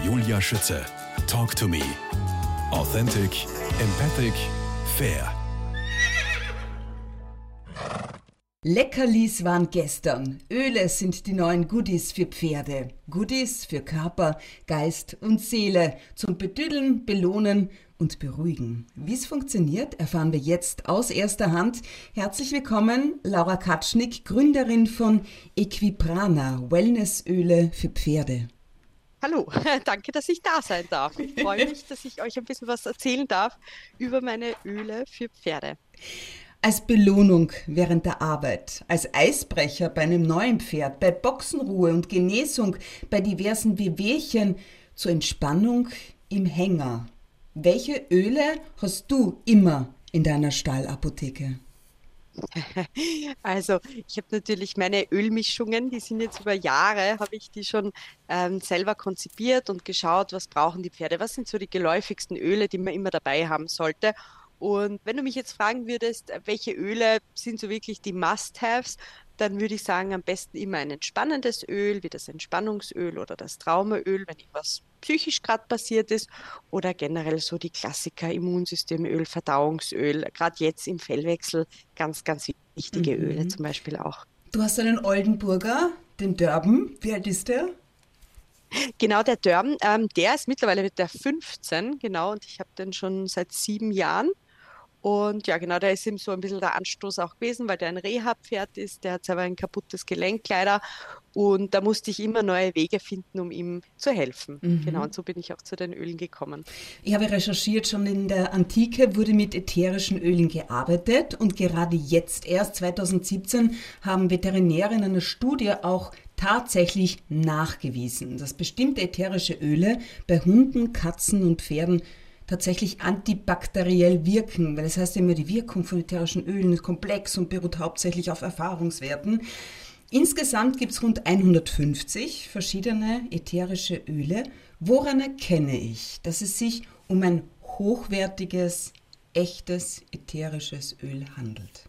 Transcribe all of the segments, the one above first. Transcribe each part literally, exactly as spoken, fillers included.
Julia Schütze. Talk to me. Authentic, empathic, fair. Leckerlis waren gestern. Öle sind die neuen Goodies für Pferde. Goodies für Körper, Geist und Seele. Zum Betüdeln, Belohnen und Beruhigen. Wie es funktioniert, erfahren wir jetzt aus erster Hand. Herzlich willkommen, Laura Katschnick, Gründerin von Equiprana, Wellnessöle für Pferde. Hallo, danke, dass ich da sein darf. Ich freue mich, dass ich euch ein bisschen was erzählen darf über meine Öle für Pferde. Als Belohnung während der Arbeit, als Eisbrecher bei einem neuen Pferd, bei Boxenruhe und Genesung, bei diversen Wehwehchen, zur Entspannung im Hänger. Welche Öle hast du immer in deiner Stallapotheke? Also ich habe natürlich meine Ölmischungen, die sind jetzt über Jahre, habe ich die schon ähm, selber konzipiert und geschaut, was brauchen die Pferde, was sind so die geläufigsten Öle, die man immer dabei haben sollte. Und wenn du mich jetzt fragen würdest, welche Öle sind so wirklich die Must-Haves, dann würde ich sagen, am besten immer ein entspannendes Öl, wie das Entspannungsöl oder das Traumaöl, wenn irgendwas psychisch gerade passiert ist, oder generell so die Klassiker, Immunsystemöl, Verdauungsöl, gerade jetzt im Fellwechsel ganz, ganz wichtige Mhm. Öle zum Beispiel auch. Du hast einen Oldenburger, den Durban. Wie alt ist der? Genau, der Durban, ähm, der ist mittlerweile mit der fünfzehn, genau, und ich habe den schon seit sieben Jahren. Und ja, genau, da ist ihm so ein bisschen der Anstoß auch gewesen, weil der ein Reha-Pferd ist. Der hat selber ein kaputtes Gelenk leider. Und da musste ich immer neue Wege finden, um ihm zu helfen. Mhm. Genau, und so bin ich auch zu den Ölen gekommen. Ich habe recherchiert, schon in der Antike wurde mit ätherischen Ölen gearbeitet und gerade jetzt erst zweitausendsiebzehn haben Veterinäre in einer Studie auch tatsächlich nachgewiesen, dass bestimmte ätherische Öle bei Hunden, Katzen und Pferden tatsächlich antibakteriell wirken, weil das heißt immer, die Wirkung von ätherischen Ölen ist komplex und beruht hauptsächlich auf Erfahrungswerten. Insgesamt gibt es rund hundertfünfzig verschiedene ätherische Öle. Woran erkenne ich, dass es sich um ein hochwertiges, echtes ätherisches Öl handelt?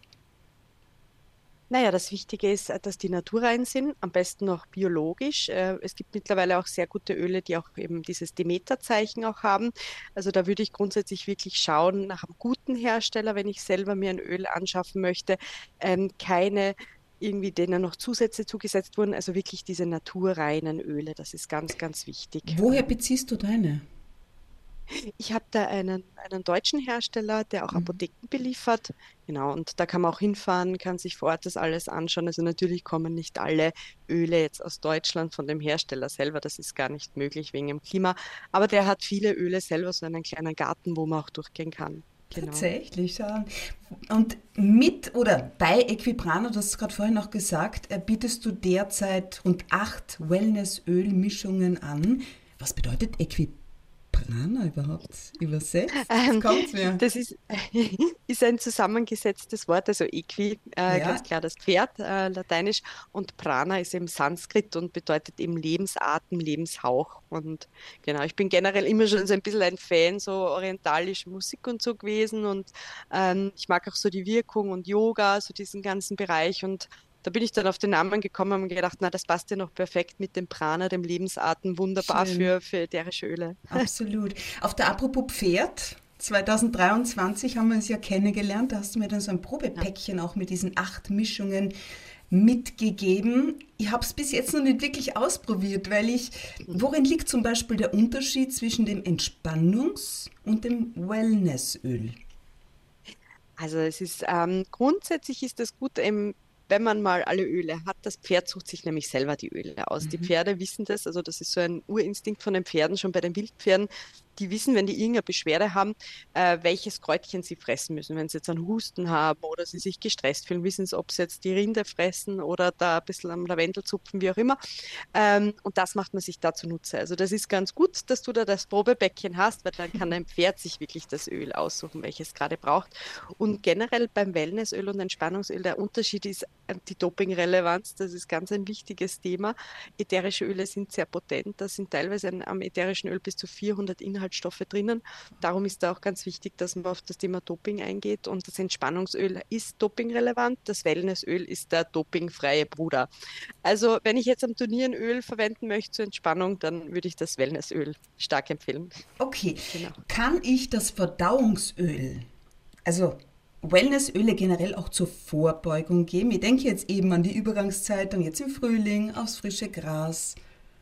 Naja, das Wichtige ist, dass die naturrein sind, am besten noch biologisch. Äh, Es gibt mittlerweile auch sehr gute Öle, die auch eben dieses Demeter-Zeichen auch haben. Also da würde ich grundsätzlich wirklich schauen nach einem guten Hersteller, wenn ich selber mir ein Öl anschaffen möchte. Ähm, keine irgendwie denen noch Zusätze zugesetzt wurden, also wirklich diese naturreinen Öle, das ist ganz, ganz wichtig. Woher beziehst du deine? Ich habe da einen, einen deutschen Hersteller, der auch Mhm. Apotheken beliefert. Genau, und da kann man auch hinfahren, kann sich vor Ort das alles anschauen. Also natürlich kommen nicht alle Öle jetzt aus Deutschland von dem Hersteller selber. Das ist gar nicht möglich wegen dem Klima. Aber der hat viele Öle selber, so einen kleinen Garten, wo man auch durchgehen kann. Genau. Tatsächlich, ja. Und mit oder bei Equiprana, du hast es gerade vorhin noch gesagt, äh, bietest du derzeit rund acht Wellness-Ölmischungen an. Was bedeutet Equiprana überhaupt übersetzt? Das Ähm, kommt mir. das ist, ist ein zusammengesetztes Wort, also Equi, äh, Ja, ganz klar das Pferd, äh, lateinisch, und Prana ist eben Sanskrit und bedeutet eben Lebensatem, Lebenshauch. Und genau, ich bin generell immer schon so ein bisschen ein Fan, so orientalische Musik und so gewesen, und ähm, ich mag auch so die Wirkung und Yoga, so diesen ganzen Bereich, und da bin ich dann auf den Namen gekommen und habe mir gedacht, na, das passt ja noch perfekt mit dem Prana, dem Lebensatem, wunderbar schön. für, für ätherische Öle. Absolut. Auf der Apropos Pferd, zwanzig dreiundzwanzig haben wir uns ja kennengelernt. Da hast du mir dann so ein Ja. Probepäckchen auch mit diesen acht Mischungen mitgegeben. Ich habe es bis jetzt noch nicht wirklich ausprobiert, weil ich, worin liegt zum Beispiel der Unterschied zwischen dem Entspannungs- und dem Wellnessöl? Also es ist ähm, grundsätzlich ist das gut, ähm, wenn man mal alle Öle hat. Das Pferd sucht sich nämlich selber die Öle aus. Die Mhm. Pferde wissen das, also das ist so ein Urinstinkt von den Pferden, schon bei den Wildpferden. Die wissen, wenn die irgendeine Beschwerde haben, äh, welches Kräutchen sie fressen müssen. Wenn sie jetzt einen Husten haben oder sie sich gestresst fühlen, wissen sie, ob sie jetzt die Rinde fressen oder da ein bisschen am Lavendel zupfen, wie auch immer. Ähm, und das macht man sich da zunutze. Also das ist ganz gut, dass du da das Probebäckchen hast, weil dann kann dein Pferd sich wirklich das Öl aussuchen, welches es gerade braucht. Und generell beim Wellnessöl und Entspannungsöl, der Unterschied ist äh, die Dopingrelevanz. Das ist ganz ein wichtiges Thema. Ätherische Öle sind sehr potent. Da sind teilweise an- am ätherischen Öl bis zu vierhundert Inhaltsstoffe Inhaltsstoffe drinnen. Darum ist da auch ganz wichtig, dass man auf das Thema Doping eingeht. Und das Entspannungsöl ist dopingrelevant. Das Wellnessöl ist der dopingfreie Bruder. Also wenn ich jetzt am Turnier ein Öl verwenden möchte zur Entspannung, dann würde ich das Wellnessöl stark empfehlen. Okay, Genau. kann ich das Verdauungsöl, also Wellnessöle generell auch zur Vorbeugung geben? Ich denke jetzt eben an die Übergangszeit, dann jetzt im Frühling, aufs frische Gras.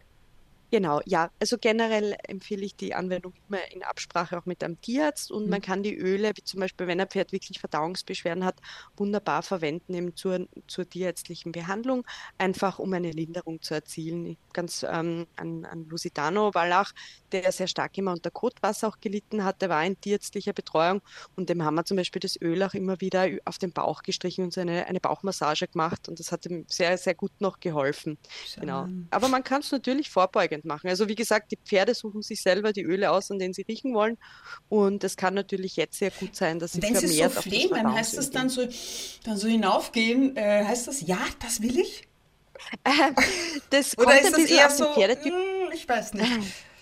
Genau, ja. Also generell empfehle ich die Anwendung immer in Absprache auch mit einem Tierarzt und man Hm. kann die Öle, wie zum Beispiel, wenn ein Pferd wirklich Verdauungsbeschwerden hat, wunderbar verwenden eben zur, zur tierärztlichen Behandlung, einfach um eine Linderung zu erzielen. Ganz ähm, an, an Lusitano Wallach, der sehr stark immer unter Kotwasser auch gelitten hat, der war in tierärztlicher Betreuung und dem haben wir zum Beispiel das Öl auch immer wieder ü- auf den Bauch gestrichen und so eine, eine Bauchmassage gemacht und das hat ihm sehr, sehr gut noch geholfen. Schau Genau. an. Aber man kann es natürlich vorbeugend machen. Also wie gesagt, die Pferde suchen sich selber die Öle aus, an denen sie riechen wollen. Und es kann natürlich jetzt sehr gut sein, dass sie Wenn Sie so vermehrt auf das flehmen, heißt Verdauungsöl das dann gehen. so, dann so hinaufgehen, äh, heißt das, ja, das will ich? Ähm, Das Oder kommt ist ein das bisschen eher auf den so, Pferdetyp. hm, ich weiß nicht.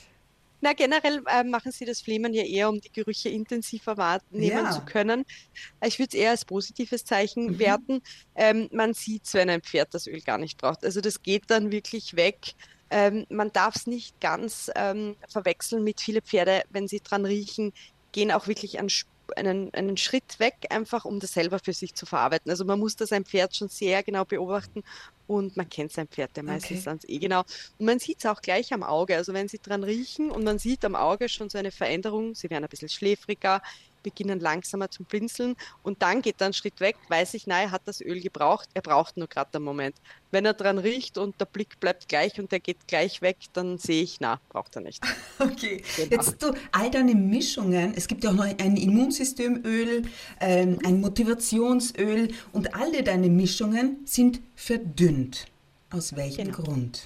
Na, generell äh, machen sie das Flemen ja eher, um die Gerüche intensiver wahrnehmen zu Ja. können. Ich würde es eher als positives Zeichen Mhm. werten. Ähm, man sieht es, wenn ein Pferd das Öl gar nicht braucht. Also das geht dann wirklich weg. Ähm, man darf es nicht ganz ähm, verwechseln mit viele Pferde, wenn sie dran riechen, gehen auch wirklich einen, Sp- einen, einen Schritt weg, einfach um das selber für sich zu verarbeiten. Also man muss das ein Pferd schon sehr genau beobachten und man kennt sein Pferd ja meistens Okay. ganz eh genau. Und man sieht es auch gleich am Auge. Also wenn sie dran riechen und man sieht am Auge schon so eine Veränderung, sie werden ein bisschen schläfriger, beginnen langsamer zu blinzeln und dann geht er einen Schritt weg, weiß ich, nein, er hat das Öl gebraucht, er braucht nur gerade den Moment. Wenn er dran riecht und der Blick bleibt gleich und der geht gleich weg, dann sehe ich, na, braucht er nicht. Okay, Genau. jetzt du, all deine Mischungen, es gibt ja auch noch ein Immunsystemöl, ähm, Mhm. ein Motivationsöl und alle deine Mischungen sind verdünnt. Aus welchem Genau. Grund?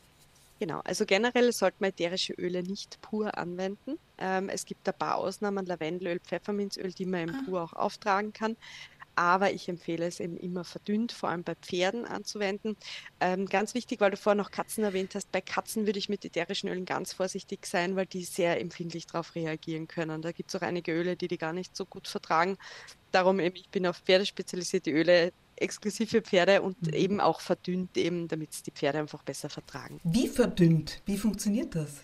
Genau, also generell sollte man ätherische Öle nicht pur anwenden. Ähm, es gibt ein paar Ausnahmen, Lavendelöl, Pfefferminzöl, die man im pur auch auftragen kann. Aber ich empfehle es eben immer verdünnt, vor allem bei Pferden anzuwenden. Ähm, ganz wichtig, weil du vorher noch Katzen erwähnt hast, bei Katzen würde ich mit ätherischen Ölen ganz vorsichtig sein, weil die sehr empfindlich darauf reagieren können. Da gibt es auch einige Öle, die die gar nicht so gut vertragen. Darum eben, ich bin auf pferdespezialisierte Öle exklusiv für Pferde und Mhm. eben auch verdünnt, eben, damit es die Pferde einfach besser vertragen. Wie verdünnt? Wie funktioniert das?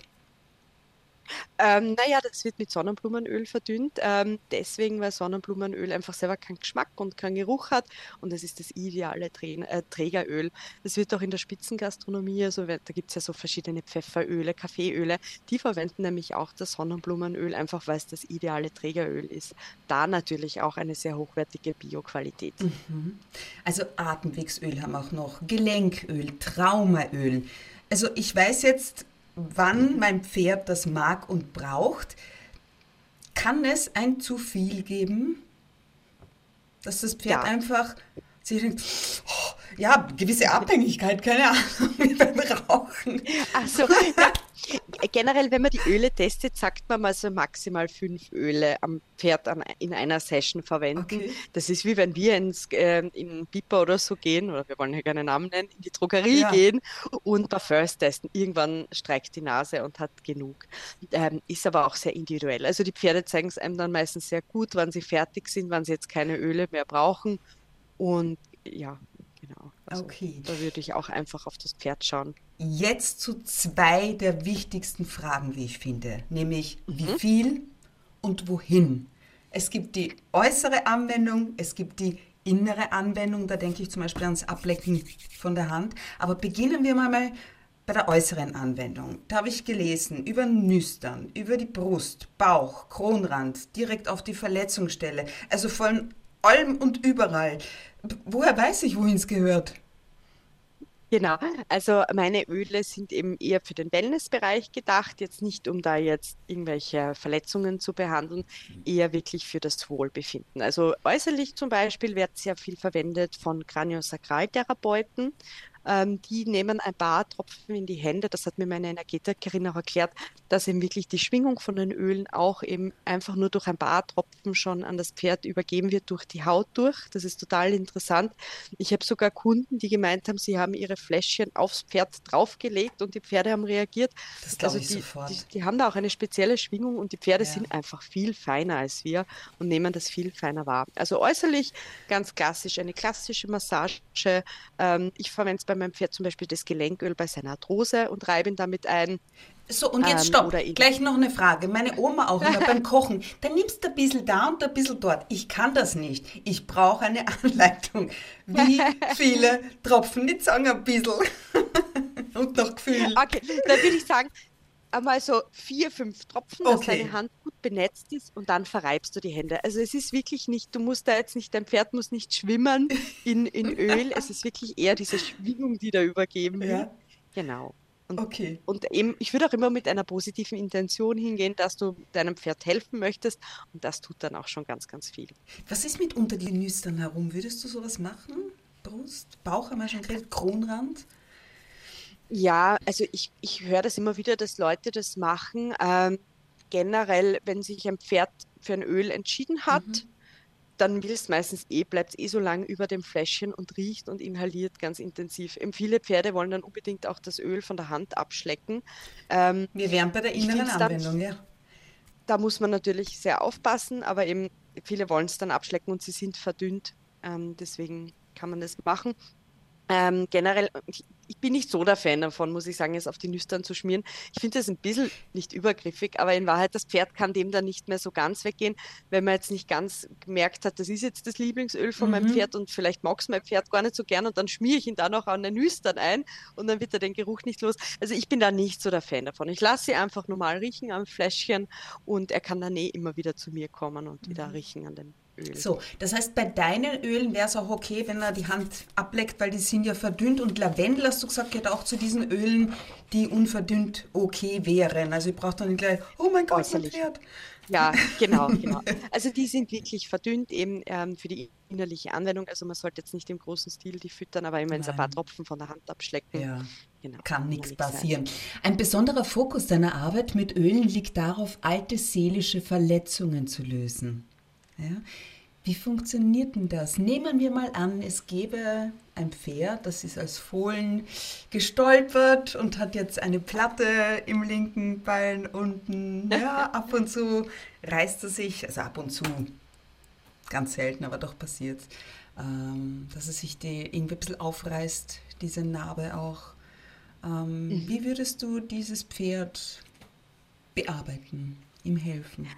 Ähm, naja, das wird mit Sonnenblumenöl verdünnt. Ähm, deswegen, weil Sonnenblumenöl einfach selber keinen Geschmack und keinen Geruch hat. Und das ist das ideale Trä äh, Trägeröl. Das wird auch in der Spitzengastronomie, also we- da gibt es ja so verschiedene Pfefferöle, Kaffeeöle, die verwenden nämlich auch das Sonnenblumenöl, einfach weil es das ideale Trägeröl ist. Da natürlich auch eine sehr hochwertige Bioqualität. Also Atemwegsöl haben wir auch noch, Gelenköl, Traumaöl. Also ich weiß jetzt, wann mein Pferd das mag und braucht. Kann es ein zu viel geben, dass das Pferd Ja, einfach sich denkt, oh, ja, gewisse Abhängigkeit, keine Ahnung, wie beim Rauchen. also, na, generell, wenn man die Öle testet, sagt man mal so maximal fünf Öle am Pferd an, in einer Session verwenden. Okay, Das ist wie wenn wir ins, äh, in Bipa oder so gehen, oder wir wollen hier keine Namen nennen, in die Drogerie ja, gehen und Parfums testen. Irgendwann streikt die Nase und hat genug. Ähm, ist aber auch sehr individuell. Also die Pferde zeigen es einem dann meistens sehr gut, wann sie fertig sind, wann sie jetzt keine Öle mehr brauchen. Und ja, genau. Also okay. da würde ich auch einfach auf das Pferd schauen. Jetzt zu zwei der wichtigsten Fragen, wie ich finde, nämlich wie Mhm. viel und wohin. Es gibt die äußere Anwendung, es gibt die innere Anwendung, da denke ich zum Beispiel ans Ablecken von der Hand. Aber beginnen wir mal bei der äußeren Anwendung. Da habe ich gelesen über Nüstern, über die Brust, Bauch, Kronrand, direkt auf die Verletzungsstelle, also von allem und überall. Woher weiß ich, wohin es gehört? Genau, also meine Öle sind eben eher für den Wellnessbereich gedacht, jetzt nicht um da jetzt irgendwelche Verletzungen zu behandeln, eher wirklich für das Wohlbefinden. Also äußerlich zum Beispiel wird sehr viel verwendet von Kraniosakraltherapeuten. Ähm, die nehmen ein paar Tropfen in die Hände. Das hat mir meine Energetikerin auch erklärt, dass eben wirklich die Schwingung von den Ölen auch eben einfach nur durch ein paar Tropfen schon an das Pferd übergeben wird, durch die Haut durch. Das ist total interessant. Ich habe sogar Kunden, die gemeint haben, sie haben ihre Fläschchen aufs Pferd draufgelegt und die Pferde haben reagiert. Das glaube Also ich die, die, sofort. die haben da auch eine spezielle Schwingung und die Pferde Ja. sind einfach viel feiner als wir und nehmen das viel feiner wahr. Also äußerlich ganz klassisch, eine klassische Massage. Ähm, ich verwende bei meinem Pferd zum Beispiel das Gelenköl bei seiner Arthrose und reibe ihn damit ein. So, und jetzt Ähm, stopp. oder eben. Gleich noch eine Frage. Meine Oma auch immer beim Kochen. Dann nimmst du ein bisschen da und ein bisschen dort. Ich kann das nicht. Ich brauche eine Anleitung. Wie viele Tropfen? Nicht sagen ein bisschen. Und noch Gefühl. Okay, dann würde ich sagen, einmal so vier, fünf Tropfen, dass Okay. deine Hand gut benetzt ist und dann verreibst du die Hände. Also es ist wirklich nicht, du musst da jetzt nicht, dein Pferd muss nicht schwimmen in, in Öl. Es ist wirklich eher diese Schwingung, die da übergeben wird. Ja, Genau. Und, okay. und eben, ich würde auch immer mit einer positiven Intention hingehen, dass du deinem Pferd helfen möchtest und das tut dann auch schon ganz, ganz viel. Was ist mit unter den Nüstern herum? Würdest du sowas machen? Brust, Bauch haben wir schon geredet, Kronrand? Ja, also ich, ich höre das immer wieder, dass Leute das machen. Ähm, generell, wenn sich ein Pferd für ein Öl entschieden hat, dann will es meistens eh, bleibt es eh so lange über dem Fläschchen und riecht und inhaliert ganz intensiv. Eben viele Pferde wollen dann unbedingt auch das Öl von der Hand abschlecken. Ähm, Wir wären bei der ich finde inneren es dann, Anwendung, ja. da muss man natürlich sehr aufpassen, aber eben viele wollen es dann abschlecken und sie sind verdünnt. Ähm, deswegen kann man das machen. Ähm, generell, ich, ich bin nicht so der Fan davon, muss ich sagen, es auf die Nüstern zu schmieren. Ich finde das ein bisschen nicht übergriffig, aber in Wahrheit, das Pferd kann dem dann nicht mehr so ganz weggehen, wenn man jetzt nicht ganz gemerkt hat, das ist jetzt das Lieblingsöl von meinem Mhm. Pferd und vielleicht mag es mein Pferd gar nicht so gern und dann schmiere ich ihn da noch an den Nüstern ein und dann wird er den Geruch nicht los. Also ich bin da nicht so der Fan davon. Ich lasse sie einfach normal riechen am Fläschchen und er kann dann eh immer wieder zu mir kommen und wieder riechen an dem Öl. So, das heißt, bei deinen Ölen wäre es auch okay, wenn er die Hand ableckt, weil die sind ja verdünnt und Lavendel, hast du gesagt, gehört auch zu diesen Ölen, die unverdünnt okay wären. Also ich brauche dann nicht gleich, oh mein Gott, mein Äußerlich. Pferd. Ja, genau, genau. Also die sind wirklich verdünnt eben ähm, für die innerliche Anwendung. Also man sollte jetzt nicht im großen Stil die füttern, aber eben wenn sie ein paar Nein, Tropfen von der Hand abschlecken, ja, genau, kann kann ja nichts nichts sein. passieren. Ein besonderer Fokus deiner Arbeit mit Ölen liegt darauf, alte seelische Verletzungen zu lösen. Ja? Wie funktioniert denn das? Nehmen wir mal an, es gäbe ein Pferd, das ist als Fohlen gestolpert und hat jetzt eine Platte im linken Bein unten. Ja, ab und zu reißt er sich, also ab und zu, ganz selten, aber doch passiert, ähm, dass er sich die irgendwie ein bisschen aufreißt, diese Narbe auch. Ähm, Mhm. wie würdest du dieses Pferd bearbeiten, ihm helfen?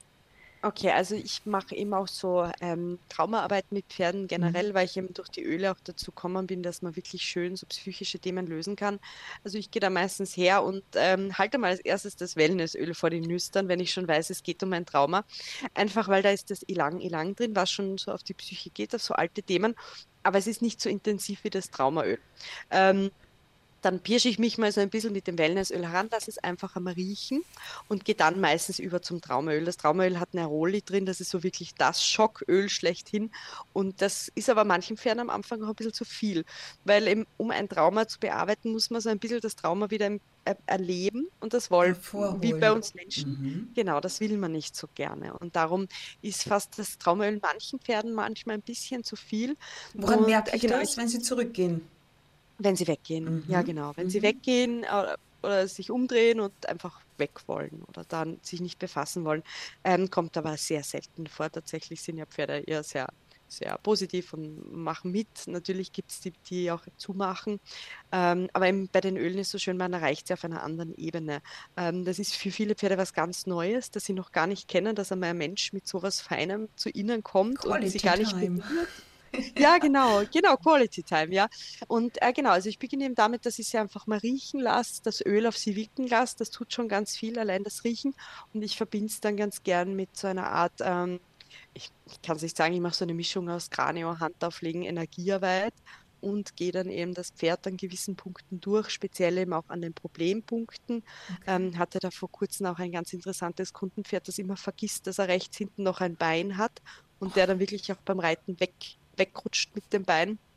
Okay, also ich mache eben auch so ähm, Traumaarbeit mit Pferden Mhm. generell, weil ich eben durch die Öle auch dazu gekommen bin, dass man wirklich schön so psychische Themen lösen kann. Also ich gehe da meistens her und ähm, halte mal als erstes das Wellnessöl vor den Nüstern, wenn ich schon weiß, es geht um ein Trauma. Einfach weil da ist das Ilang Ilang drin, was schon so auf die Psyche geht, auf so alte Themen. Aber es ist nicht so intensiv wie das Traumaöl. Ähm, Dann pirsche ich mich mal so ein bisschen mit dem Wellnessöl heran, lasse es einfach einmal riechen und gehe dann meistens über zum Traumaöl. Das Traumaöl hat Neroli drin, das ist so wirklich das Schocköl schlechthin. Und das ist aber manchen Pferden am Anfang auch ein bisschen zu viel, weil eben, um ein Trauma zu bearbeiten, muss man so ein bisschen das Trauma wieder im, äh, erleben und das wollen, wie bei Hervorholen. uns Menschen, Mhm. genau, das will man nicht so gerne. Und darum ist fast das Traumaöl manchen Pferden manchmal ein bisschen zu viel. Woran Und merke äh, ich genau, das, ich wenn sie zurückgehen? wenn sie weggehen, ja Mhm. genau. Wenn sie Mhm. weggehen oder, oder sich umdrehen und einfach weg wollen oder dann sich nicht befassen wollen, ähm, kommt aber sehr selten vor. Tatsächlich sind ja Pferde eher sehr, sehr positiv und machen mit. Natürlich gibt es die, die auch zumachen. Ähm, aber eben bei den Ölen ist so schön, man erreicht sie auf einer anderen Ebene. Ähm, das ist für viele Pferde was ganz Neues, das sie noch gar nicht kennen, dass einmal ein Mensch mit sowas Feinem zu ihnen kommt und sie Quality gar nicht Time. berührt. Ja, genau, genau, Quality Time, ja. Und äh, genau, also ich beginne eben damit, dass ich sie einfach mal riechen lasse, das Öl auf sie wirken lasse. Das tut schon ganz viel, allein das Riechen. Und ich verbinde es dann ganz gern mit so einer Art, ähm, ich, ich kann es nicht sagen, ich mache so eine Mischung aus Kranio, Handauflegen, Energiearbeit und gehe dann eben das Pferd an gewissen Punkten durch, speziell eben auch an den Problempunkten. Okay. Ähm, hatte da vor kurzem auch ein ganz interessantes Kundenpferd, das immer vergisst, dass er rechts hinten noch ein Bein hat und der dann wirklich auch beim Reiten weg, wegrutscht mit dem Bein.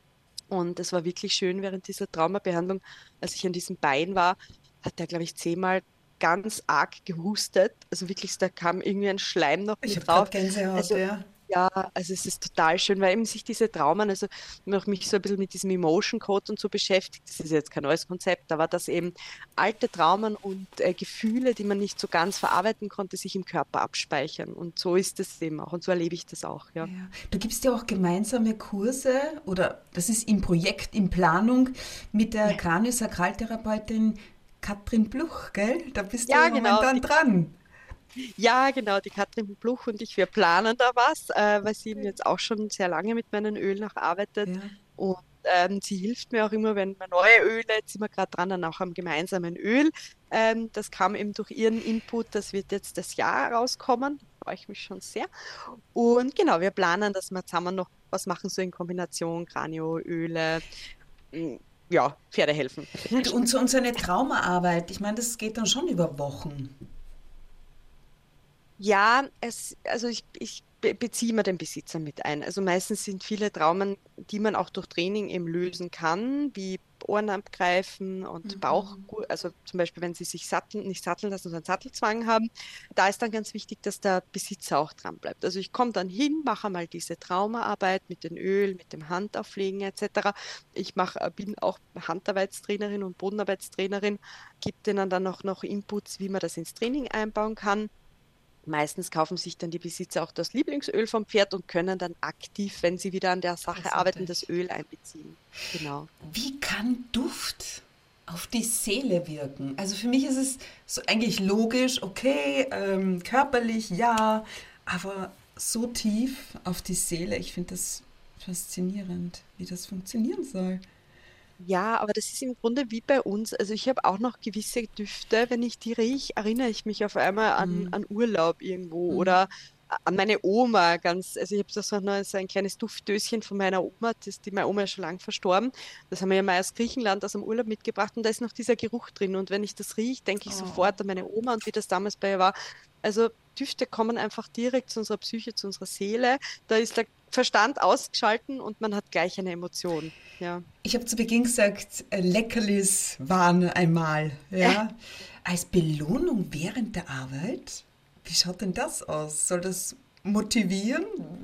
Und es war wirklich schön während dieser Traumabehandlung, als ich an diesem Bein war, hat er, glaube ich, zehnmal ganz arg gehustet. Also wirklich, da kam irgendwie ein Schleim noch Ich mit habe gerade drauf. Gänsehaut, Also ja. ja, also es ist total schön, weil eben sich diese Traumen, also noch mich so ein bisschen mit diesem Emotion Code und so beschäftigt. Das ist jetzt kein neues Konzept, aber dass eben alte Traumen und äh, Gefühle, die man nicht so ganz verarbeiten konnte, sich im Körper abspeichern. Und so ist es eben auch. Und so erlebe ich das auch, ja. Ja. Du gibst ja auch gemeinsame Kurse oder das ist im Projekt, in Planung mit der Ja, Kraniosakraltherapeutin Katrin Bluch, gell? Da bist du ja, ja genau. momentan dran. Ja, genau, die Katrin Bluch und ich, wir planen da was, äh, weil sie eben jetzt auch schon sehr lange mit meinen Ölen auch arbeitet. Ja. Und ähm, sie hilft mir auch immer, wenn wir neue Öle, jetzt sind wir gerade dran, dann auch am gemeinsamen Öl. Ähm, das kam eben durch ihren Input, das wird jetzt das Jahr rauskommen. Da freue ich mich schon sehr. Und genau, wir planen, dass wir zusammen noch was machen, so in Kombination, Kranioöle, mm, ja, Pferde helfen. Du, und so, und so eine Traumaarbeit, ich meine, das geht dann schon über Wochen. Ja, es, also ich, ich be- beziehe immer den Besitzer mit ein. Also meistens sind viele Traumen, die man auch durch Training eben lösen kann, wie Ohren abgreifen und Bauch, also zum Beispiel, wenn sie sich satteln, nicht satteln lassen, sondern Sattelzwang haben, da ist dann ganz wichtig, dass der Besitzer auch dran bleibt. Also ich komme dann hin, mache mal diese Traumaarbeit mit den Öl, mit dem Handauflegen et cetera. Ich mache, äh, bin auch Handarbeitstrainerin und Bodenarbeitstrainerin, gebe denen dann auch noch Inputs, wie man das ins Training einbauen kann. Meistens kaufen sich dann die Besitzer auch das Lieblingsöl vom Pferd und können dann aktiv, wenn sie wieder an der Sache arbeiten, das Großartig. Öl einbeziehen. Genau. Wie kann Duft auf die Seele wirken? Also für mich ist es so eigentlich logisch, okay, ähm, körperlich ja, aber so tief auf die Seele, ich finde das faszinierend, wie das funktionieren soll. Ja, aber das ist im Grunde wie bei uns. Also ich habe auch noch gewisse Düfte, wenn ich die rieche, erinnere ich mich auf einmal an, an Urlaub irgendwo oder an meine Oma ganz. Also ich habe da so, eine, so ein kleines Duftdöschen von meiner Oma, das, die meine Oma ist schon lang verstorben. Das haben wir ja mal aus Griechenland aus dem Urlaub mitgebracht und da ist noch dieser Geruch drin. Und wenn ich das rieche, denke ich Oh. sofort an meine Oma und wie das damals bei ihr war. Also Düfte kommen einfach direkt zu unserer Psyche, zu unserer Seele. Da ist der Verstand ausgeschalten und man hat gleich eine Emotion. Ja. Ich habe zu Beginn gesagt, äh, Leckerlis waren einmal, ja. Als Belohnung während der Arbeit? Wie schaut denn das aus? Soll das motivieren?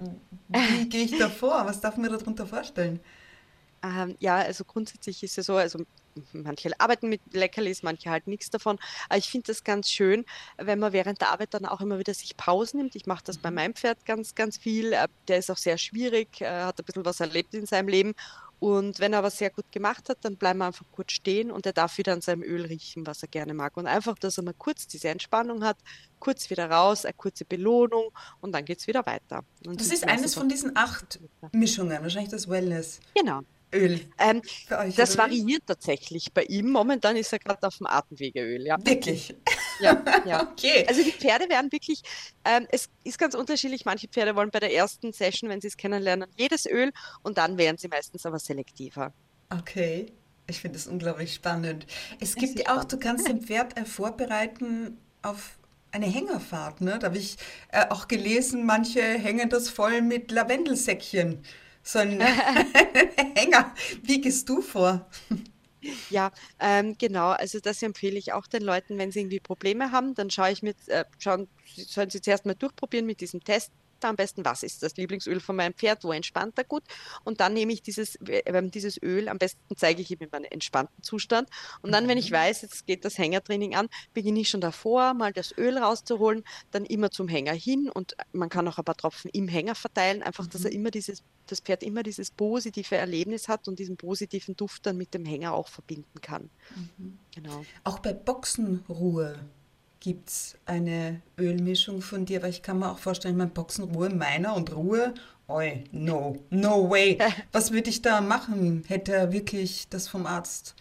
Wie gehe ich da vor? Was darf man mir darunter vorstellen? Ähm, ja, also grundsätzlich ist es so, also manche arbeiten mit Leckerlis, manche halt nichts davon. Aber ich finde das ganz schön, wenn man während der Arbeit dann auch immer wieder sich Pausen nimmt. Ich mache das bei meinem Pferd ganz, ganz viel. Äh, Der ist auch sehr schwierig, äh, hat ein bisschen was erlebt in seinem Leben. Und wenn er was sehr gut gemacht hat, dann bleiben wir einfach kurz stehen und er darf wieder an seinem Öl riechen, was er gerne mag. Und einfach, dass er mal kurz diese Entspannung hat, kurz wieder raus, eine kurze Belohnung und dann geht es wieder weiter. Und Das sind es ist eines meistens auch. von diesen acht Mischungen, wahrscheinlich das Wellnessöl Genau. Ähm, für euch, Das oder wie? variiert tatsächlich bei ihm. Momentan ist er gerade auf dem Atemwegeöl, ja. Wirklich. Ja, ja. Okay. Also die Pferde werden wirklich, ähm, es ist ganz unterschiedlich. Manche Pferde wollen bei der ersten Session, wenn sie es kennenlernen, jedes Öl und dann werden sie meistens aber selektiver. Okay. Ich finde das unglaublich spannend. Es Es gibt ist ja auch, du spannend. kannst dein Pferd äh, vorbereiten auf eine Hängerfahrt, ne? Da habe ich äh, auch gelesen, manche hängen das voll mit Lavendelsäckchen. So ein Hänger. Wie gehst du vor? Ja, ähm, genau. Also das empfehle ich auch den Leuten, wenn sie irgendwie Probleme haben, dann schaue ich mit, äh, schauen, sie- sollen sie zuerst mal durchprobieren mit diesem Test. Am besten, was ist das Lieblingsöl von meinem Pferd, wo entspannt er gut? Und dann nehme ich dieses, äh, dieses Öl, am besten zeige ich ihm in meinen entspannten Zustand. Und dann, wenn ich weiß, jetzt geht das Hängertraining an, beginne ich schon davor, mal das Öl rauszuholen, dann immer zum Hänger hin und man kann auch ein paar Tropfen im Hänger verteilen, einfach, dass er immer dieses, das Pferd immer dieses positive Erlebnis hat und diesen positiven Duft dann mit dem Hänger auch verbinden kann. Genau. Auch bei Boxenruhe gibt es eine Ölmischung von dir, aber ich kann mir auch vorstellen, mein Boxenruhe meiner und Ruhe, oi, no, no way. Was würde ich da machen? Hätte er wirklich das vom Arzt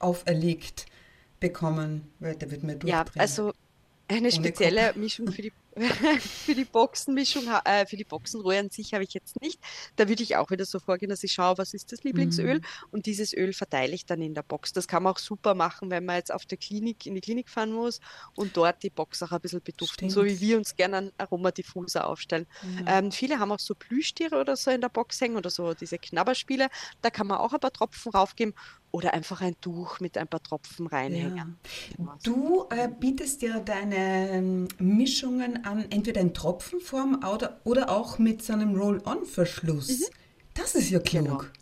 auferlegt bekommen? Weil der wird mir Ja, durchdrehen. also eine Ohne Kopf. spezielle Mischung für die, für die Boxenmischung, ha- äh, für die Boxenrolle an sich habe ich jetzt nicht. Da würde ich auch wieder so vorgehen, dass ich schaue, was ist das Lieblingsöl, Mhm. und dieses Öl verteile ich dann in der Box. Das kann man auch super machen, wenn man jetzt auf der Klinik, in die Klinik fahren muss und dort die Box auch ein bisschen beduften, so wie Stimmt. wir uns gerne einen Aromadiffuser aufstellen. Ja. Ähm, viele haben auch so Plüschtiere oder so in der Box hängen oder so diese Knabberspiele. Da kann man auch ein paar Tropfen raufgeben oder einfach ein Tuch mit ein paar Tropfen Ja. reinhängen. Genau. Du äh, bietest ja deine ähm, Mischungen an, entweder in Tropfenform oder, oder auch mit so einem Mhm, Roll-on-Verschluss. Das ist ja genau. klug.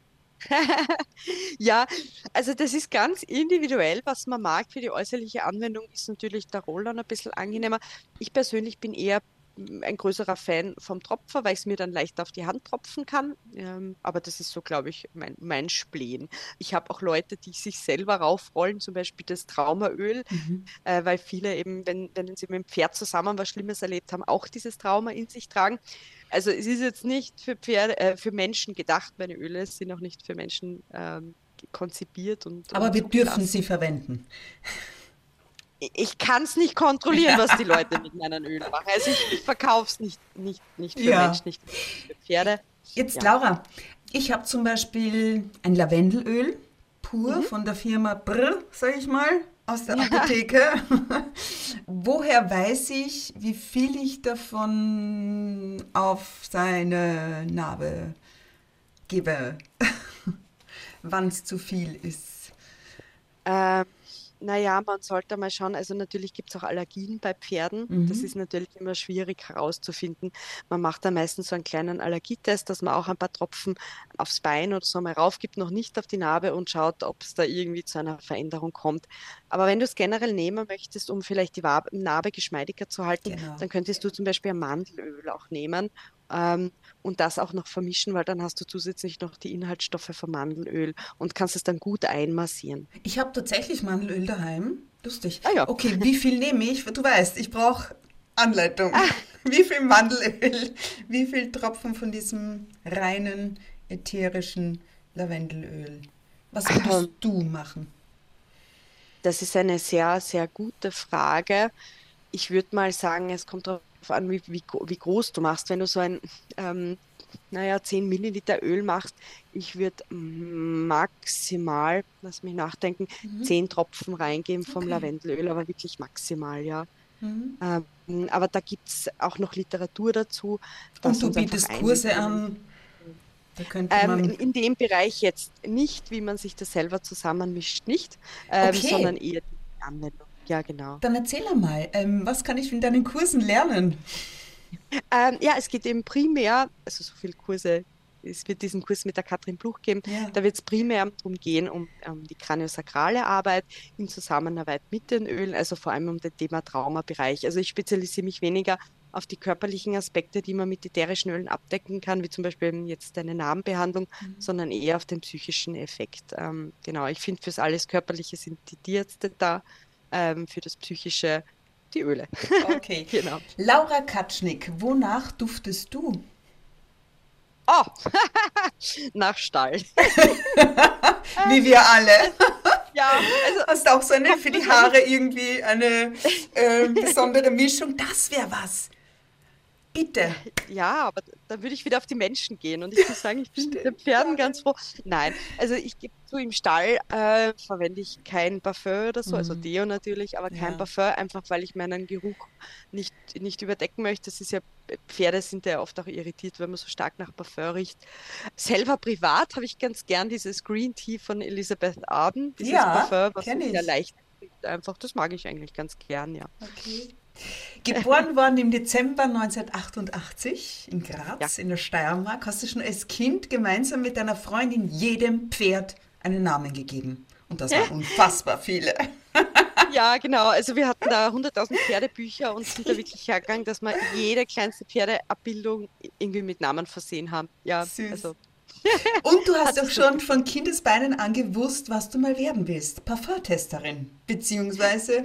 Ja, also das ist ganz individuell, was man mag. Für die äußerliche Anwendung ist natürlich der Roller ein bisschen angenehmer. Ich persönlich bin eher mm, ein größerer Fan vom Tropfer, weil ich es mir dann leicht auf die Hand tropfen kann. Ähm, aber das ist so, glaube ich, mein, mein Spleen. Ich habe auch Leute, die sich selber raufrollen, zum Beispiel das Traumaöl, Mhm. äh, weil viele eben, wenn, wenn sie mit dem Pferd zusammen was Schlimmes erlebt haben, auch dieses Trauma in sich tragen. Also es ist jetzt nicht für Pferde, äh, für Menschen gedacht, meine Öle sind auch nicht für Menschen ähm, konzipiert und, Aber und wir dürfen sie zugelassen. verwenden. Ich, ich kann es nicht kontrollieren, was die Leute mit meinen Ölen machen. Also ich, ich verkaufe es nicht, nicht, nicht für Ja. Menschen, nicht für Pferde. Jetzt, Ja. Laura, ich habe zum Beispiel ein Lavendelöl, pur Mhm. von der Firma Brr, sage ich mal, aus der Ja. Apotheke. Woher weiß ich, wie viel ich davon auf seine Narbe gebe, wann es zu viel ist? Ähm, naja, man sollte mal schauen, also natürlich gibt es auch Allergien bei Pferden. Das Mhm. ist natürlich immer schwierig herauszufinden. Man macht da meistens so einen kleinen Allergietest, dass man auch ein paar Tropfen aufs Bein oder so mal raufgibt, noch nicht auf die Narbe, und schaut, ob es da irgendwie zu einer Veränderung kommt. Aber wenn du es generell nehmen möchtest, um vielleicht die Wa- Narbe geschmeidiger zu halten, Genau. dann könntest du zum Beispiel ein Mandelöl auch nehmen. Ähm, und das auch noch vermischen, weil dann hast du zusätzlich noch die Inhaltsstoffe vom Mandelöl und kannst es dann gut einmassieren. Ich habe tatsächlich Mandelöl daheim. Lustig. Ah ja. Okay, wie viel nehme ich? Du weißt, ich brauche Anleitung. Ah, Wie viel Mandelöl? Wie viel Tropfen von diesem reinen ätherischen Lavendelöl? Was würdest ähm, du machen? das ist eine sehr, sehr gute Frage. Ich würde mal sagen, es kommt darauf an, wie, wie, gro- wie groß du machst. Wenn du so ein, ähm, naja, zehn Milliliter Öl machst, ich würde maximal, lass mich nachdenken, zehn Tropfen reingeben vom Okay. Lavendelöl, aber wirklich maximal, ja. Mhm. Ähm, aber da gibt es auch noch Literatur dazu, Und dass du uns einfach bietest Kurse Einwegungen. an. Da könnte Ähm, in, man. in dem Bereich jetzt nicht, wie man sich das selber zusammenmischt, nicht, ähm, sondern Okay, eher die Anwendung. Ja, genau. dann erzähl einmal, ähm, was kann ich in deinen Kursen lernen? Ähm, ja, es geht eben primär, also so viele Kurse, es wird diesen Kurs mit der Katrin Bluch geben, Ja. da wird es primär darum gehen, um ähm, die kraniosakrale Arbeit in Zusammenarbeit mit den Ölen, also vor allem um das Thema Traumabereich. Also ich spezialisiere mich weniger auf die körperlichen Aspekte, die man mit ätherischen Ölen abdecken kann, wie zum Beispiel eben jetzt eine Narbenbehandlung, sondern eher auf den psychischen Effekt. Ähm, genau, ich finde, fürs alles Körperliche sind die Tierärzte da, ähm, für das Psychische die Öle. Okay. Genau. Laura Katschnick, wonach duftest du? Oh, nach Stall. Wie wir alle. Ja, also Hast auch so eine kommt für die wahrscheinlich. Haare irgendwie eine äh, besondere Mischung? Das wäre was. Bitte. Ja, aber da würde ich wieder auf die Menschen gehen und ich muss sagen, ich bin mit den Stimmt, Pferden ja. ganz froh. Nein, also ich gebe zu, im Stall äh, verwende ich kein Parfum oder so, also Mhm. Deo natürlich, aber kein Ja. Parfum, einfach weil ich meinen Geruch nicht, nicht überdecken möchte. Das ist ja, Pferde sind ja oft auch irritiert, wenn man so stark nach Parfum riecht. Selber privat habe ich ganz gern dieses Green Tea von Elizabeth Arden, dieses Ja, Parfum, was so kenne sehr ich. leicht riecht einfach. Das mag ich eigentlich ganz gern, ja. Okay. Geboren worden im Dezember neunzehnhundertachtundachtzig in Ja. Graz in der Steiermark, hast du schon als Kind gemeinsam mit deiner Freundin jedem Pferd einen Namen gegeben. Und das waren unfassbar viele. Ja, genau. Also wir hatten da hunderttausend Pferdebücher und sind da wirklich hergegangen, dass wir jede kleinste Pferdeabbildung irgendwie mit Namen versehen haben. Ja, Süß. also Und du hast hat doch sich so schon von Kindesbeinen an gewusst, was du mal werden willst. Parfumtesterin beziehungsweise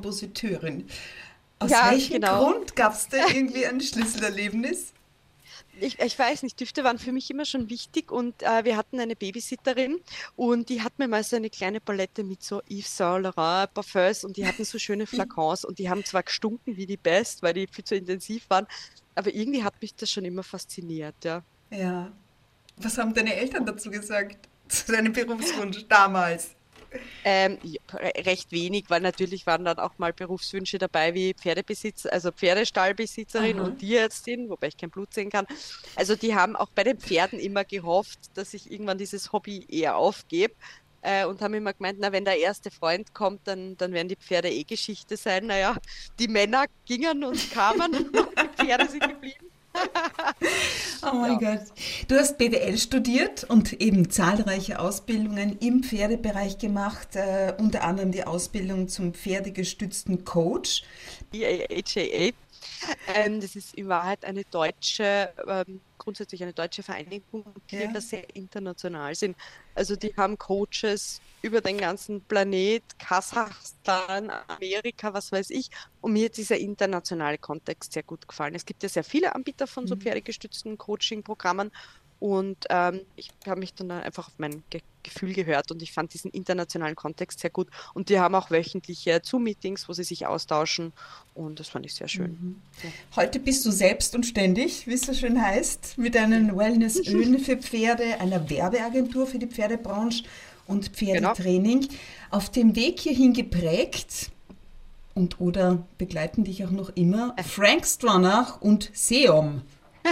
Parfumkompositeurin. Aus ja, welchem genau. Grund gab es da irgendwie ein Schlüsselerlebnis? Ich, ich weiß nicht, Düfte waren für mich immer schon wichtig und äh, wir hatten eine Babysitterin und die hat mir mal so eine kleine Palette mit so Yves Saint Laurent Parfums und die hatten so schöne Flakons und die haben zwar gestunken wie die Best, weil die viel zu intensiv waren, aber irgendwie hat mich das schon immer fasziniert, ja. Ja. Was haben deine Eltern dazu gesagt? Zu deinem Berufswunsch damals? Ähm, ja, re- recht wenig, weil natürlich waren dann auch mal Berufswünsche dabei wie Pferdebesitz, also Pferdestallbesitzerin Aha. und Tierärztin, wobei ich kein Blut sehen kann. Also die haben auch bei den Pferden immer gehofft, dass ich irgendwann dieses Hobby eher aufgebe. Äh, und haben immer gemeint, na, wenn der erste Freund kommt, dann, dann werden die Pferde eh Geschichte sein. Naja, die Männer gingen und kamen und die Pferde sind geblieben. Oh mein Ja. Gott. Du hast B W L studiert und eben zahlreiche Ausbildungen im Pferdebereich gemacht, äh, unter anderem die Ausbildung zum pferdegestützten Coach. E A H A A. Ähm, das ist in Wahrheit eine deutsche, ähm, grundsätzlich eine deutsche Vereinigung, die Ja. aber sehr international sind. Also die haben Coaches über den ganzen Planet, Kasachstan, Amerika, was weiß ich. Und mir hat dieser internationale Kontext sehr gut gefallen. Es gibt ja sehr viele Anbieter von so pferdegestützten Coaching-Programmen. Und ähm, ich habe mich dann einfach auf mein Ge Gefühl gehört und ich fand diesen internationalen Kontext sehr gut. Und die haben auch wöchentliche Zoom-Meetings, wo sie sich austauschen. Und das fand ich sehr schön. Ja. Heute bist du selbst und ständig, wie es so schön heißt, mit deinen Wellnessölen für Pferde, einer Werbeagentur für die Pferdebranche und Genau. Pferdetraining. Auf dem Weg hierhin geprägt und oder begleiten dich auch noch immer Frank Stronach und Seom.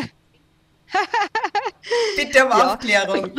Bitte um Ja, Aufklärung.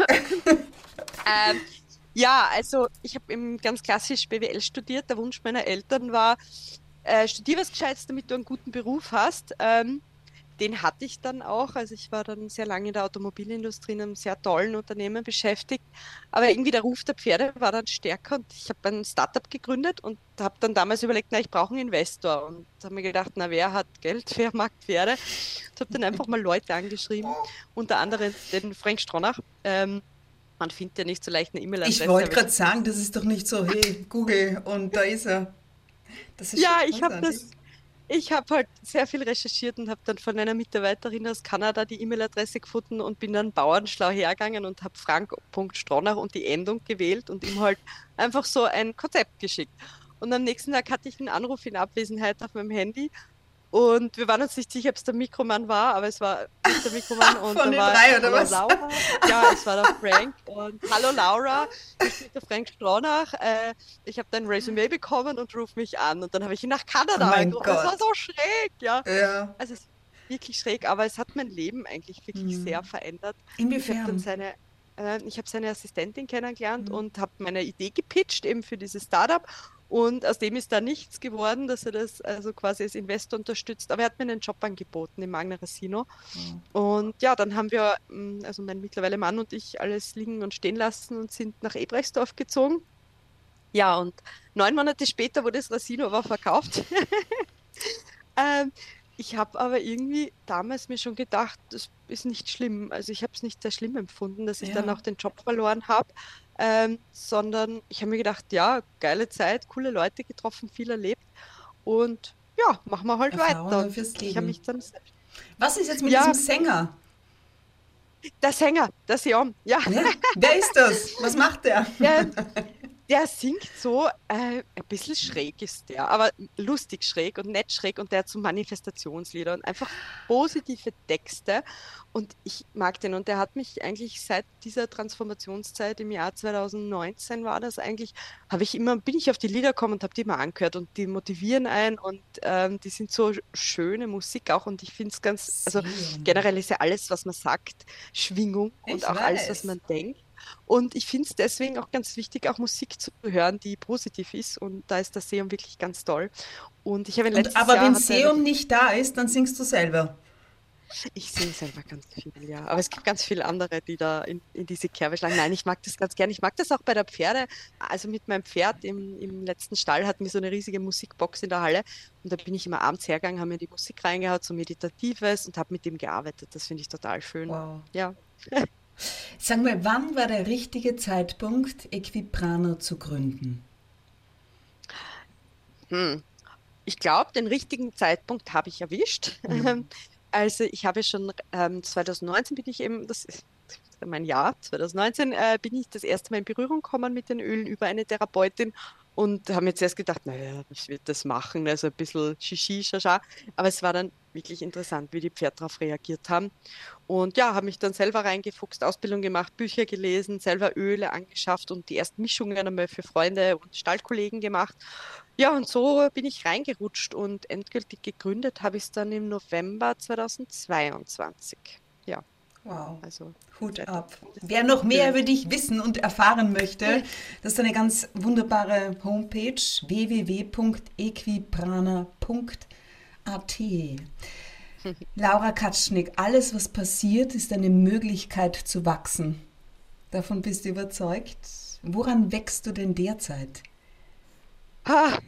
ähm, ja, also ich habe eben ganz klassisch B W L studiert. Der Wunsch meiner Eltern war, äh, studier was Gescheites, damit du einen guten Beruf hast. Ähm, den hatte ich dann auch. Also ich war dann sehr lange in der Automobilindustrie in einem sehr tollen Unternehmen beschäftigt. Aber irgendwie der Ruf der Pferde war dann stärker und ich habe ein Startup gegründet und habe dann damals überlegt, na, ich brauche einen Investor. Und habe mir gedacht, na, wer hat Geld, wer mag Pferde? Und habe dann einfach mal Leute angeschrieben, unter anderem den Frank Stronach. Ähm, man findet ja nicht so leicht eine Ich E-Mail-Adresse, wollte aber ich gerade habe sagen, das ist doch nicht so, hey, Google und da ist er. Das ist schon ja, ich habe großartig. das, ich habe halt sehr viel recherchiert und habe dann von einer Mitarbeiterin aus Kanada die E-Mail-Adresse gefunden und bin dann bauernschlau hergegangen und habe Frank.Stronach und die Endung gewählt und ihm halt einfach so ein Konzept geschickt. Und am nächsten Tag hatte ich einen Anruf in Abwesenheit auf meinem Handy und wir waren uns nicht sicher, ob es der Mikromann war, aber es war nicht der Mikromann und Von da den war, drei oder hallo was? Laura, ja, es war der Frank und hallo Laura, ich bin der Frank Stronach, äh, ich habe dein Resümee bekommen und ruf mich an und dann habe ich ihn nach Oh Kanada mein angerufen, es war Gott. so schräg, ja, Ja. also es ist wirklich schräg, aber es hat mein Leben eigentlich wirklich sehr verändert. Ich habe dann Inwiefern? seine, äh, ich habe seine Assistentin kennengelernt und habe meine Idee gepitcht eben für dieses Startup. Und aus dem ist da nichts geworden, dass er das also quasi als Investor unterstützt. Aber er hat mir einen Job angeboten im Magna Rasino. Und ja, dann haben wir, mm, also mein mittlerweile Mann und ich, alles liegen und stehen lassen und sind nach Ebrechtsdorf gezogen. Ja, und neun Monate später wurde das Rasino aber verkauft. Ähm, ich habe aber irgendwie damals mir schon gedacht, das ist nicht schlimm. Also ich habe es nicht sehr schlimm empfunden, dass ich dann Ja, auch den Job verloren habe, ähm, sondern ich habe mir gedacht, ja, geile Zeit, coole Leute getroffen, viel erlebt und ja, machen wir halt weiter. Erfahrungen Und fürs ich habe mich Leben. dann, Was ist jetzt mit diesem ja, Sänger? der Sänger, der Sion, ja, Ja, wer ist das? Was macht der? der, der singt so, äh, ein bisschen schräg ist der, aber lustig schräg und nett schräg und der hat so Manifestationslieder und einfach positive Texte und ich mag den und der hat mich eigentlich seit dieser Transformationszeit im Jahr zwanzig neunzehn war das eigentlich, habe ich immer, bin ich auf die Lieder gekommen und habe die immer angehört und die motivieren einen und ähm, die sind so schöne Musik auch und ich finde es ganz, also Seon. generell ist ja alles, was man sagt, Schwingung und Ich auch alles, was weiß. man denkt. Und ich finde es deswegen auch ganz wichtig, auch Musik zu hören, die positiv ist. Und da ist der Seum wirklich ganz toll. Und ich habe ihn Und letztes aber Jahr wenn hatte eine, Seon nicht da ist, dann singst du selber. ich singe selber ganz viel, ja. Aber es gibt ganz viele andere, die da in, in diese Kerbe schlagen. Nein, ich mag das ganz gern. Ich mag das auch bei der Pferde. Also mit meinem Pferd im, im letzten Stall hatten wir so eine riesige Musikbox in der Halle. Und da bin ich immer abends hergegangen, habe mir die Musik reingehaut, so Meditatives und habe mit dem gearbeitet. Das finde ich total schön. Wow. Ja. Sag mal, wann war der richtige Zeitpunkt, Equiprano zu gründen? Hm. Ich glaube, den richtigen Zeitpunkt habe ich erwischt. Also ich habe schon ähm, zwanzig neunzehn bin ich eben, das ist mein Jahr, zwanzig neunzehn, äh, bin ich das erste Mal in Berührung gekommen mit den Ölen über eine Therapeutin und habe mir zuerst gedacht, naja, was wird das machen? Also ein bisschen Shishi, Shasha. Aber es war dann wirklich interessant, wie die Pferde darauf reagiert haben. Und ja, habe mich dann selber reingefuchst, Ausbildung gemacht, Bücher gelesen, selber Öle angeschafft und die ersten Mischungen einmal für Freunde und Stallkollegen gemacht. Ja, und so bin ich reingerutscht und endgültig gegründet habe ich es dann im November zweitausendzweiundzwanzig. Ja, Wow, also Hut seit ab. Wer ungefähr noch mehr fünf. über dich wissen und erfahren möchte, das ist eine ganz wunderbare Homepage w w w punkt equiprana punkt a t. Laura Katschnig, alles, was passiert, ist eine Möglichkeit zu wachsen. Davon bist du überzeugt? Woran wächst du denn derzeit? Ah,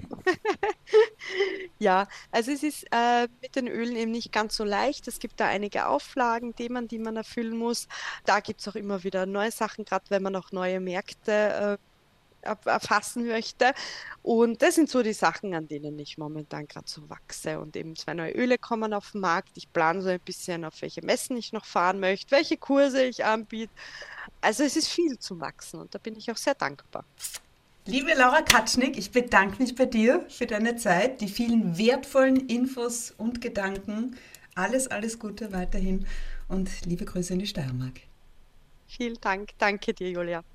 ja, also es ist äh, mit den Ölen eben nicht ganz so leicht. Es gibt da einige Auflagen, Themen, die man erfüllen muss. Da gibt es auch immer wieder neue Sachen, gerade wenn man auch neue Märkte äh, erf- erfassen möchte. Und das sind so die Sachen, an denen ich momentan gerade so wachse. Und eben zwei neue Öle kommen auf den Markt. Ich plane so ein bisschen, auf welche Messen ich noch fahren möchte, welche Kurse ich anbiete. Also es ist viel zum Wachsen und da bin ich auch sehr dankbar. Liebe Laura Katschnig, ich bedanke mich bei dir für deine Zeit, die vielen wertvollen Infos und Gedanken. Alles, alles Gute weiterhin und liebe Grüße in die Steiermark. Vielen Dank. Danke dir, Julia.